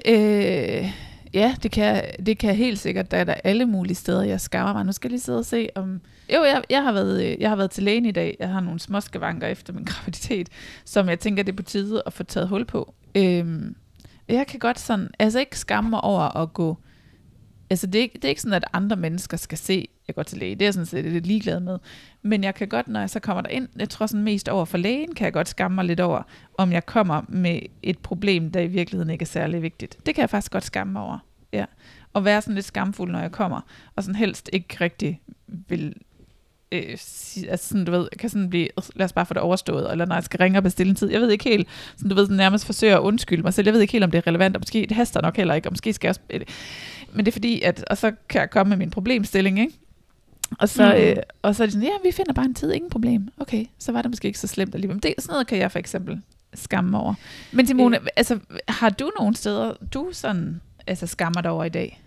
øh... Ja, det kan, det kan helt sikkert. Der er der alle mulige steder, jeg skammer mig. Nu skal jeg lige sidde og se om... Jo, jeg, jeg, har været, jeg har været til lægen i dag. Jeg har nogle små skavanker efter min graviditet, som jeg tænker, det er på tide at få taget hul på. Øhm, jeg kan godt sådan... Altså ikke skamme mig over at gå... Altså det er, ikke, det er ikke sådan, at andre mennesker skal se, at jeg går til læge. Det er jeg sådan set lidt ligeglad med. Men jeg kan godt, når jeg så kommer derind, jeg tror sådan mest over for lægen, kan jeg godt skamme mig lidt over, om jeg kommer med et problem, der i virkeligheden ikke er særlig vigtigt. Det kan jeg faktisk godt skamme mig over. Ja. Og være sådan lidt skamfuld, når jeg kommer, og sådan helst ikke rigtig vil... Øh, sige, altså sådan, du ved, kan sådan blive, lad os bare få det overstået, eller når jeg skal ringe og bestille en tid. Jeg ved ikke helt, sådan, du ved, sådan nærmest forsøger at undskylde mig selv. Jeg ved ikke helt, om det er relevant, og måske det haster nok heller ikke, og måske skal jeg også... Men det er fordi, at, og så kan jeg komme med min problemstilling, ikke? Og så, mm. øh, og så er det sådan, ja, vi finder bare en tid, ingen problem. Okay, så var det måske ikke så slemt alligevel. Men det, sådan noget kan jeg for eksempel skamme mig over. Men Simone, øh. altså, har du nogle steder, du sådan, altså, skammer dig over i dag?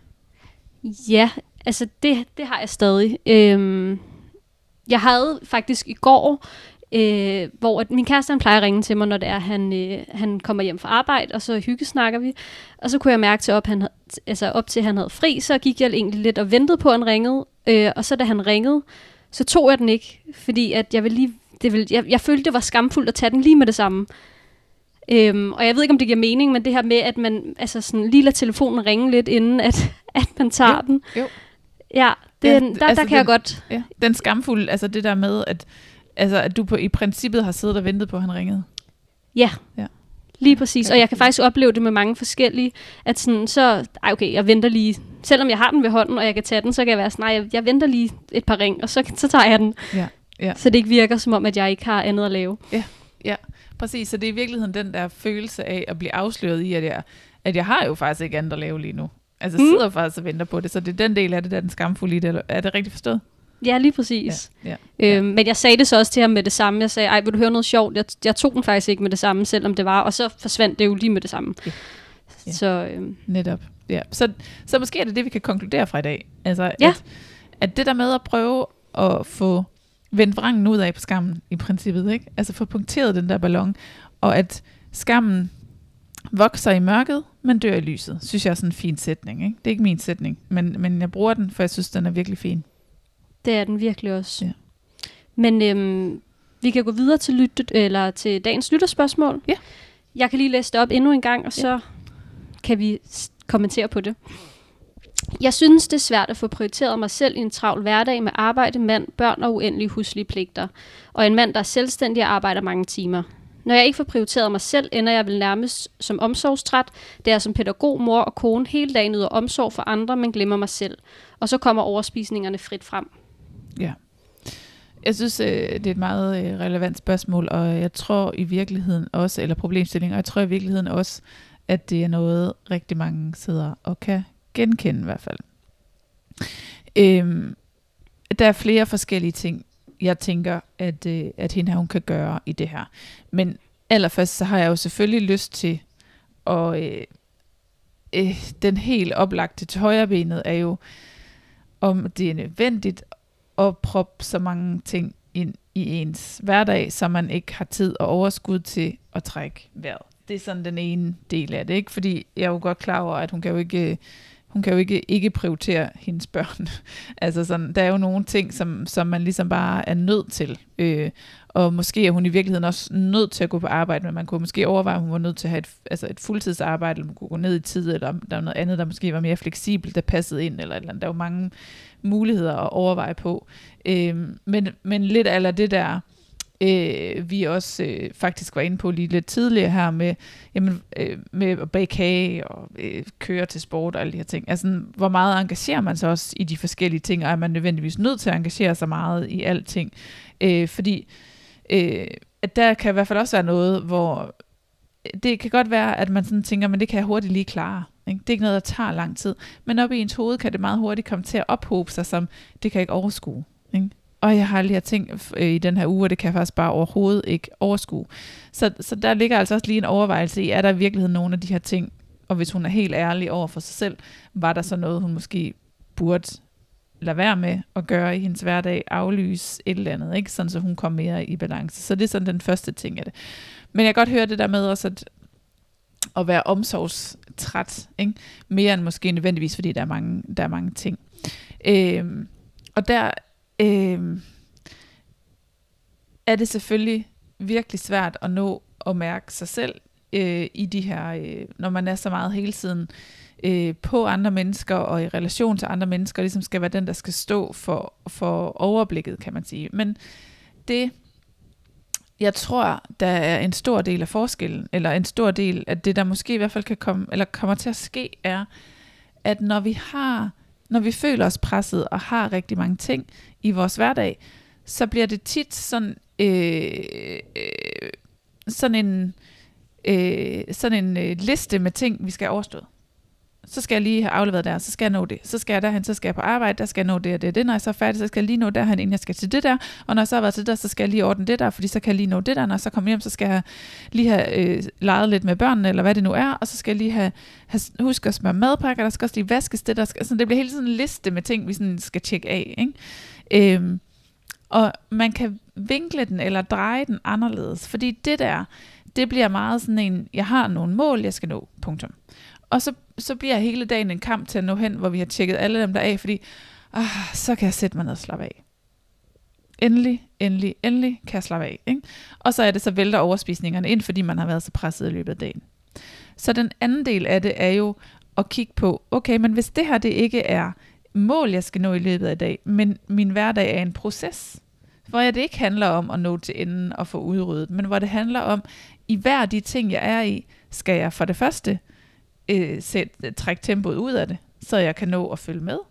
Ja, altså, det, det har jeg stadig. Øhm, jeg havde faktisk i går, øh, hvor at min kæreste, han plejer at ringe til mig, når det er, han, øh, han kommer hjem fra arbejde, og så hyggesnakker vi. Og så kunne jeg mærke til op, han, altså op til, han havde fri, så gik jeg egentlig lidt og ventede på, at han ringede. Øh, og så da han ringede, så tog jeg den ikke, fordi at jeg ville lige, det ville, jeg, jeg følte, det var skamfuldt at tage den lige med det samme. Øhm, og jeg ved ikke, om det giver mening, men det her med, at man altså sådan, lige lader telefonen ringe lidt, inden at, at man tager jo, den. Jo. Ja, den, ja der, altså der kan den, jeg godt. Ja, den skamfulde, altså det der med, at, altså, at du på, i princippet har siddet og ventet på, at han ringede. Ja, ja. Lige præcis. Og jeg kan faktisk opleve det med mange forskellige, at sådan, så, ej okay, jeg venter lige, selvom jeg har den ved hånden, og jeg kan tage den, så kan jeg være sådan, nej, jeg, jeg venter lige et par ring, og så, så tager jeg den. Ja, ja. Så det ikke virker som om, at jeg ikke har andet at lave. Ja, ja, præcis. Så det er i virkeligheden den der følelse af at blive afsløret i, at jeg, at jeg har jo faktisk ikke andet at lave lige nu. Altså jeg sidder mm. faktisk og venter på det, så det er den del af det, der er den skamfulde i det. Eller, er det rigtigt forstået? Ja, lige præcis. Ja, ja, øhm, ja. Men jeg sagde det så også til ham med det samme. Jeg sagde, ej, vil du høre noget sjovt? Jeg, jeg tog den faktisk ikke med det samme, selvom det var, og så forsvandt det jo lige med det samme. Ja. Ja. Så, øhm. Netop. Ja. Så, så måske er det det, vi kan konkludere fra i dag. Altså, ja. at, at det der med at prøve at få vendt vrangen ud af på skammen, i princippet, ikke? Altså få punkteret den der ballon, og at skammen vokser i mørket, men dør i lyset, synes jeg er sådan en fin sætning. Ikke? Det er ikke min sætning, men, men jeg bruger den, for jeg synes, den er virkelig fin. Det er den virkelig også. Ja. Men øhm, vi kan gå videre til, lyt- eller til dagens lytterspørgsmål. Ja. Jeg kan lige læse det op endnu en gang, og så ja. kan vi s- kommentere på det. Jeg synes, det er svært at få prioriteret mig selv i en travl hverdag med arbejde, mand, børn og uendelige huslige pligter. Og en mand, der er selvstændig og arbejder mange timer. Når jeg ikke får prioriteret mig selv, ender jeg vel nærmest som omsorgstræt, da jeg som pædagog, mor og kone hele dagen yder omsorg for andre, men glemmer mig selv. Og så kommer overspisningerne frit frem. Ja. Jeg synes, det er et meget relevant spørgsmål, og jeg tror i virkeligheden også, eller problemstilling, og jeg tror i virkeligheden også, at det er noget, rigtig mange sidder og kan genkende i hvert fald. Øhm, der er flere forskellige ting, jeg tænker, at, øh, at hende her, hun kan gøre i det her. Men allerførst, så har jeg jo selvfølgelig lyst til, og øh, øh, den helt oplagte til højrebenet er jo, om det er nødvendigt at proppe så mange ting ind i ens hverdag, så man ikke har tid og overskud til at trække vejret. Det er sådan den ene del af det, ikke? Fordi jeg er jo godt klar over, at hun kan jo ikke... Hun kan jo ikke, ikke prioritere hendes børn. altså sådan, der er jo nogle ting, som, som man ligesom bare er nødt til. Øh, og måske er hun i virkeligheden også nødt til at gå på arbejde, men man kunne måske overveje, at hun var nødt til at have et, altså et fuldtidsarbejde, eller man kunne gå ned i tid, eller der var noget andet, der måske var mere fleksibelt, der passede ind, eller, eller der er jo mange muligheder at overveje på. Øh, men, men lidt af det der, Øh, vi også øh, faktisk var inde på lige lidt tidligere her med, jamen, øh, med at bage kage og øh, køre til sport og alle de her ting. Altså, hvor meget engagerer man sig også i de forskellige ting, og er man nødvendigvis nødt til at engagere sig meget i alting? Øh, fordi øh, at der kan i hvert fald også være noget, hvor det kan godt være, at man sådan tænker, men det kan jeg hurtigt lige klare. Ikke? Det er ikke noget, der tager lang tid. Men op i ens hoved kan det meget hurtigt komme til at ophobe sig, som det kan jeg ikke overskue. Ikke? Og jeg har aldrig tænkt øh, i den her uge, og det kan jeg faktisk bare overhovedet ikke overskue. Så, så der ligger altså også lige en overvejelse i, er der i virkeligheden nogle af de her ting, og hvis hun er helt ærlig over for sig selv, var der så noget, hun måske burde lade være med at gøre i hendes hverdag, aflyse et eller andet, ikke? Sådan så hun kom mere i balance. Så det er sådan den første ting af det. Men jeg kan godt høre det der med også, at, at være omsorgstræt, ikke? Mere end måske nødvendigvis, fordi der er mange, der er mange ting. Øhm, og der øhm, er det selvfølgelig virkelig svært at nå at mærke sig selv øh, i de her, øh, når man er så meget hele tiden øh, på andre mennesker og i relation til andre mennesker, ligesom skal være den, der skal stå for, for overblikket, kan man sige. Men det, jeg tror, der er en stor del af forskellen, eller en stor del af det, der måske i hvert fald kan komme, eller kommer til at ske, er, at når vi har, når vi føler os presset og har rigtig mange ting i vores hverdag, så bliver det tit sådan, øh, øh, sådan en, øh, sådan en øh, liste med ting, vi skal have overstået. Så skal jeg lige have afleveret der, så skal jeg nå det. Så skal jeg derhen, så skal jeg på arbejde, der skal jeg nå det og det og det. Når jeg så er færdig, så skal jeg lige nå derhen, inden jeg skal til det der. Og når jeg så har været til det der, så skal jeg lige ordne det der, fordi så kan jeg lige nå det der. Når jeg så kommer hjem, så skal jeg lige have øh, leget lidt med børnene, eller hvad det nu er. Og så skal jeg lige have, have huske at smøre madpakker, der skal også lige vaskes det der. Skal, altså, det bliver hele tiden en liste med ting, vi sådan skal tjekke af. Ikke? Øhm, og man kan vinkle den eller dreje den anderledes, fordi det der, det bliver meget sådan en, jeg har nogle mål, jeg skal nå, punktum. Og så, så bliver hele dagen en kamp til at nå hen, hvor vi har tjekket alle dem der af, fordi ah, så kan jeg sætte mig ned og slappe af. Endelig, endelig, endelig kan jeg slappe af. Ikke? Og så er det så vælter overspisningerne ind, fordi man har været så presset i løbet af dagen. Så den anden del af det er jo at kigge på, okay, men hvis det her det ikke er mål, jeg skal nå i løbet af dag, men min hverdag er en proces, hvor det ikke handler om at nå til enden og få udryddet, men hvor det handler om, i hver de ting, jeg er i, skal jeg for det første øh, sæt, trække tempoet ud af det, så jeg kan nå at følge med.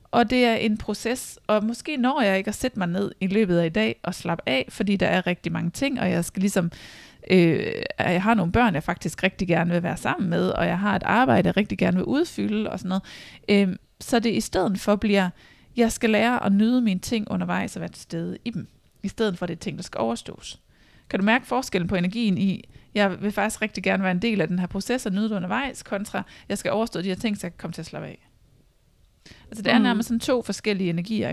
Og det er en proces, og måske når jeg ikke at sætte mig ned i løbet af i dag og slappe af, fordi der er rigtig mange ting, og jeg skal ligesom, øh, jeg har nogle børn, jeg faktisk rigtig gerne vil være sammen med, og jeg har et arbejde, jeg rigtig gerne vil udfylde og sådan noget. Øh, så det i stedet for bliver, jeg skal lære at nyde mine ting undervejs og være til stede i dem, i stedet for det ting, der skal overstås. Kan du mærke forskellen på energien i, jeg vil faktisk rigtig gerne være en del af den her proces og nyde det undervejs, kontra jeg skal overstå de her ting, så jeg kan komme til at slappe af. Altså det er nærmest sådan to forskellige energier,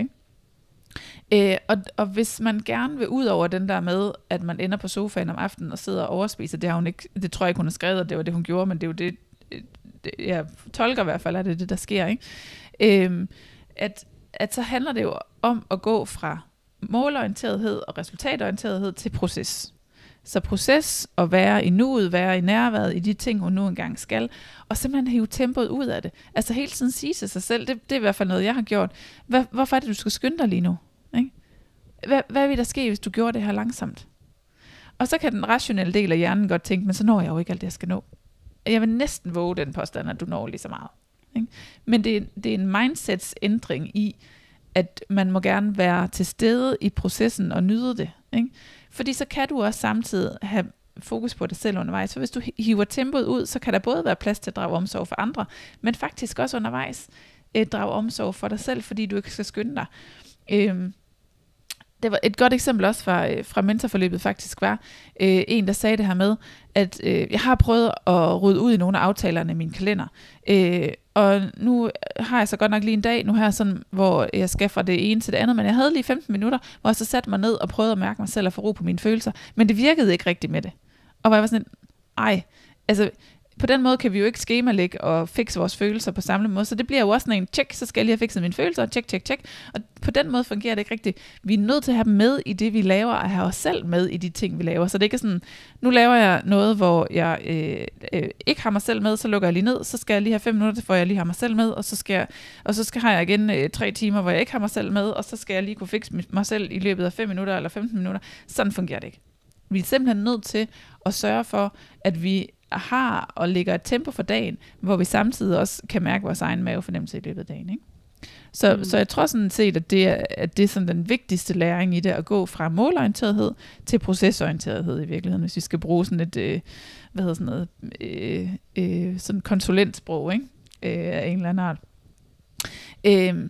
ikke? Øh, og, og hvis man gerne vil ud over den der med, at man ender på sofaen om aftenen og sidder og overspiser, det har hun ikke, det tror jeg ikke hun har skrevet, og det var det hun gjorde, men det er jo det, det jeg tolker i hvert fald, at det er det der sker, ikke? Øh, at, at så handler det jo om at gå fra målorienterethed og resultatorienterethed til proces. Så proces at være i nuet, være i nærværet i de ting, hun nu engang skal, og simpelthen hive tempoet ud af det. Altså hele tiden sige til sig selv, det, det er i hvert fald noget, jeg har gjort. Hvad, hvorfor er det, du skal skynde dig lige nu? Ikke? Hvad, hvad vil der ske, hvis du gjorde det her langsomt? Og så kan den rationelle del af hjernen godt tænke, men så når jeg jo ikke alt det, jeg skal nå. Jeg vil næsten våge den påstand, at du når lige så meget. Ikke? Men det, det er en mindset-ændring i, at man må gerne være til stede i processen og nyde det. Ikke? Fordi så kan du også samtidig have fokus på dig selv undervejs. Så hvis du hiver tempoet ud, så kan der både være plads til at drage omsorg for andre, men faktisk også undervejs eh, drage omsorg for dig selv, fordi du ikke skal skynde dig. Eh, det var et godt eksempel også fra, fra mentorforløbet faktisk var eh, en, der sagde det her med, at eh, jeg har prøvet at rydde ud i nogle af aftalerne i min kalender. Eh, Og nu har jeg så godt nok lige en dag, nu her sådan, hvor jeg skal fra det ene til det andet, men jeg havde lige femten minutter, hvor jeg så satte mig ned og prøvede at mærke mig selv og få ro på mine følelser, men det virkede ikke rigtigt med det. Og hvor jeg var sådan, ej, altså på den måde kan vi jo ikke skemalægge og fikse vores følelser på samme måde, så det bliver jo også sådan en tjek, så skal jeg lige have fikset mine følelser, tjek, tjek, tjek. Og på den måde fungerer det ikke rigtigt. Vi er nødt til at have dem med i det, vi laver, og have os selv med i de ting, vi laver. Så det er ikke sådan, nu laver jeg noget, hvor jeg øh, øh, ikke har mig selv med, så lukker jeg lige ned, så skal jeg lige have fem minutter, for jeg lige har mig selv med, og så skal jeg, og så skal har jeg igen øh, tre timer, hvor jeg ikke har mig selv med, og så skal jeg lige kunne fikse mig selv i løbet af fem minutter eller femten minutter. Sådan fungerer det ikke. Vi er simpelthen nødt til at sørge for, at vi har og lægger et tempo for dagen, hvor vi samtidig også kan mærke vores egen mavefornemmelse i løbet af dagen. Ikke? Så, mm. så jeg tror sådan set, at det er, at det er sådan den vigtigste læring i det, at gå fra målorienterethed til procesorienterethed i virkeligheden, hvis vi skal bruge sådan et, øh, hvad hedder sådan noget, øh, øh, sådan konsulentsprog, ikke? Øh, af en eller anden art. Øh,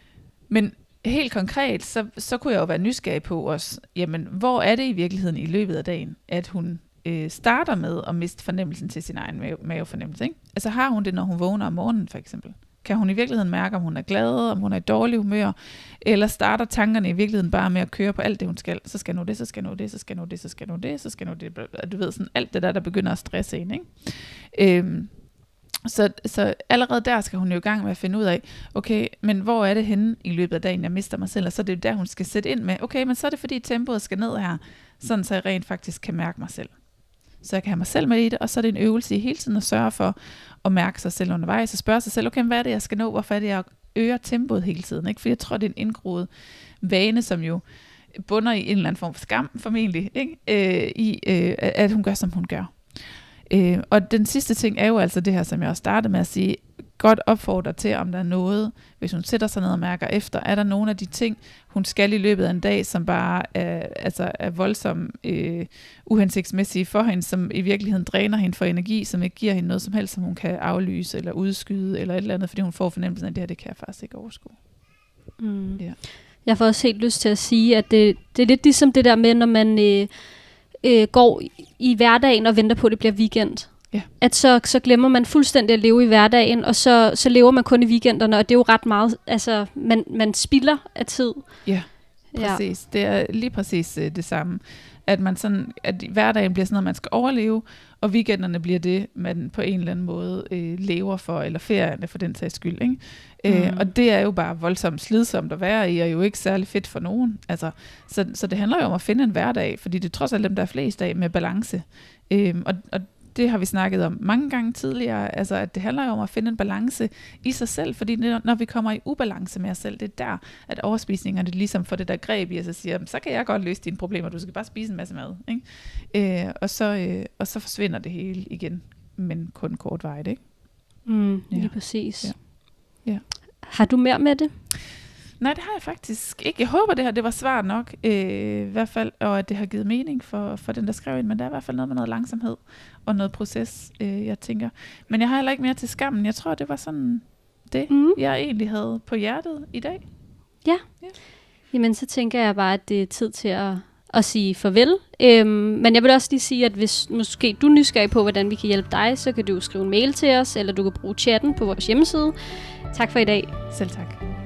men helt konkret, så, så kunne jeg jo være nysgerrig på os, jamen, hvor er det i virkeligheden i løbet af dagen, at hun øh, starter med at miste fornemmelsen til sin egen mave, mavefornemmelse, ikke? Altså har hun det, når hun vågner om morgenen, for eksempel? Kan hun i virkeligheden mærke, om hun er glad, om hun er i dårlig humør, eller starter tankerne i virkeligheden bare med at køre på alt det, hun skal? Så skal nu det, så skal nu det, så skal nu det, så skal nu det, så skal nu det, du ved, sådan alt det der, der begynder at stresse en, ikke? Øhm, Så, så allerede der skal hun jo i gang med at finde ud af, okay, men hvor er det henne i løbet af dagen, jeg mister mig selv, og så er det jo der, hun skal sætte ind med, okay, men så er det fordi tempoet skal ned her, sådan så jeg rent faktisk kan mærke mig selv. Så jeg kan have mig selv med i det, og så er det en øvelse i hele tiden at sørge for at mærke sig selv undervejs, og spørge sig selv, okay, hvad er det, jeg skal nå, hvorfor er det, jeg øger tempoet hele tiden, ikke? For jeg tror, det er en indgroet vane, som jo bunder i en eller anden form for skam, formentlig, ikke? Øh, i øh, at hun gør, som hun gør. Øh, og den sidste ting er jo altså det her, som jeg også startede med at sige, godt opfordre til, om der er noget, hvis hun sætter sig ned og mærker efter, er der nogle af de ting, hun skal i løbet af en dag, som bare er, altså er voldsomt øh, uhensigtsmæssige for hende, som i virkeligheden dræner hende for energi, som ikke giver hende noget som helst, som hun kan aflyse eller udskyde eller et eller andet, fordi hun får fornemmelsen af, at det her, det kan jeg faktisk ikke overskue. Mm. Ja. Jeg får også helt lyst til at sige, at det, det er lidt ligesom det der med, når man øh, øh, går i hverdagen og venter på, at det bliver weekend. Ja. At så, så glemmer man fuldstændig at leve i hverdagen, og så, så lever man kun i weekenderne, og det er jo ret meget, altså man, man spilder af tid. Ja, præcis. Ja. Det er lige præcis uh, det samme. At man sådan, at hverdagen bliver sådan noget, man skal overleve, og weekenderne bliver det, man på en eller anden måde øh, lever for, eller ferierne for den sags skyld, ikke? Mm. Øh, og det er jo bare voldsomt slidsomt at være i, og jo ikke særlig fedt for nogen. Altså, så, så det handler jo om at finde en hverdag, fordi det er trods alt dem, der er flest af, med balance. Øh, og, og det har vi snakket om mange gange tidligere, altså at det handler jo om at finde en balance i sig selv, fordi når vi kommer i ubalance med os selv, det er der, at overspisningerne det ligesom får det der greb i os og siger, så kan jeg godt løse dine problemer, du skal bare spise en masse mad, ikke? Øh, og, så, øh, og så forsvinder det hele igen, men kun kortvarigt, ikke? Mm, ja. Lige præcis. Ja. Ja. Har du mere med det? Nej, det har jeg faktisk ikke. Jeg håber, det her det var svar nok, øh, i hvert fald, og at det har givet mening for, for den, der skrev ind, men der er i hvert fald noget med noget langsomhed og noget proces, øh, jeg tænker. Men jeg har heller ikke mere til skammen. Jeg tror, det var sådan det, mm. jeg egentlig havde på hjertet i dag. Ja. ja. Jamen, så tænker jeg bare, at det er tid til at, at sige farvel. Øhm, men jeg vil også lige sige, at hvis måske du er nysgerrig på, hvordan vi kan hjælpe dig, så kan du skrive en mail til os, eller du kan bruge chatten på vores hjemmeside. Tak for i dag. Selv tak.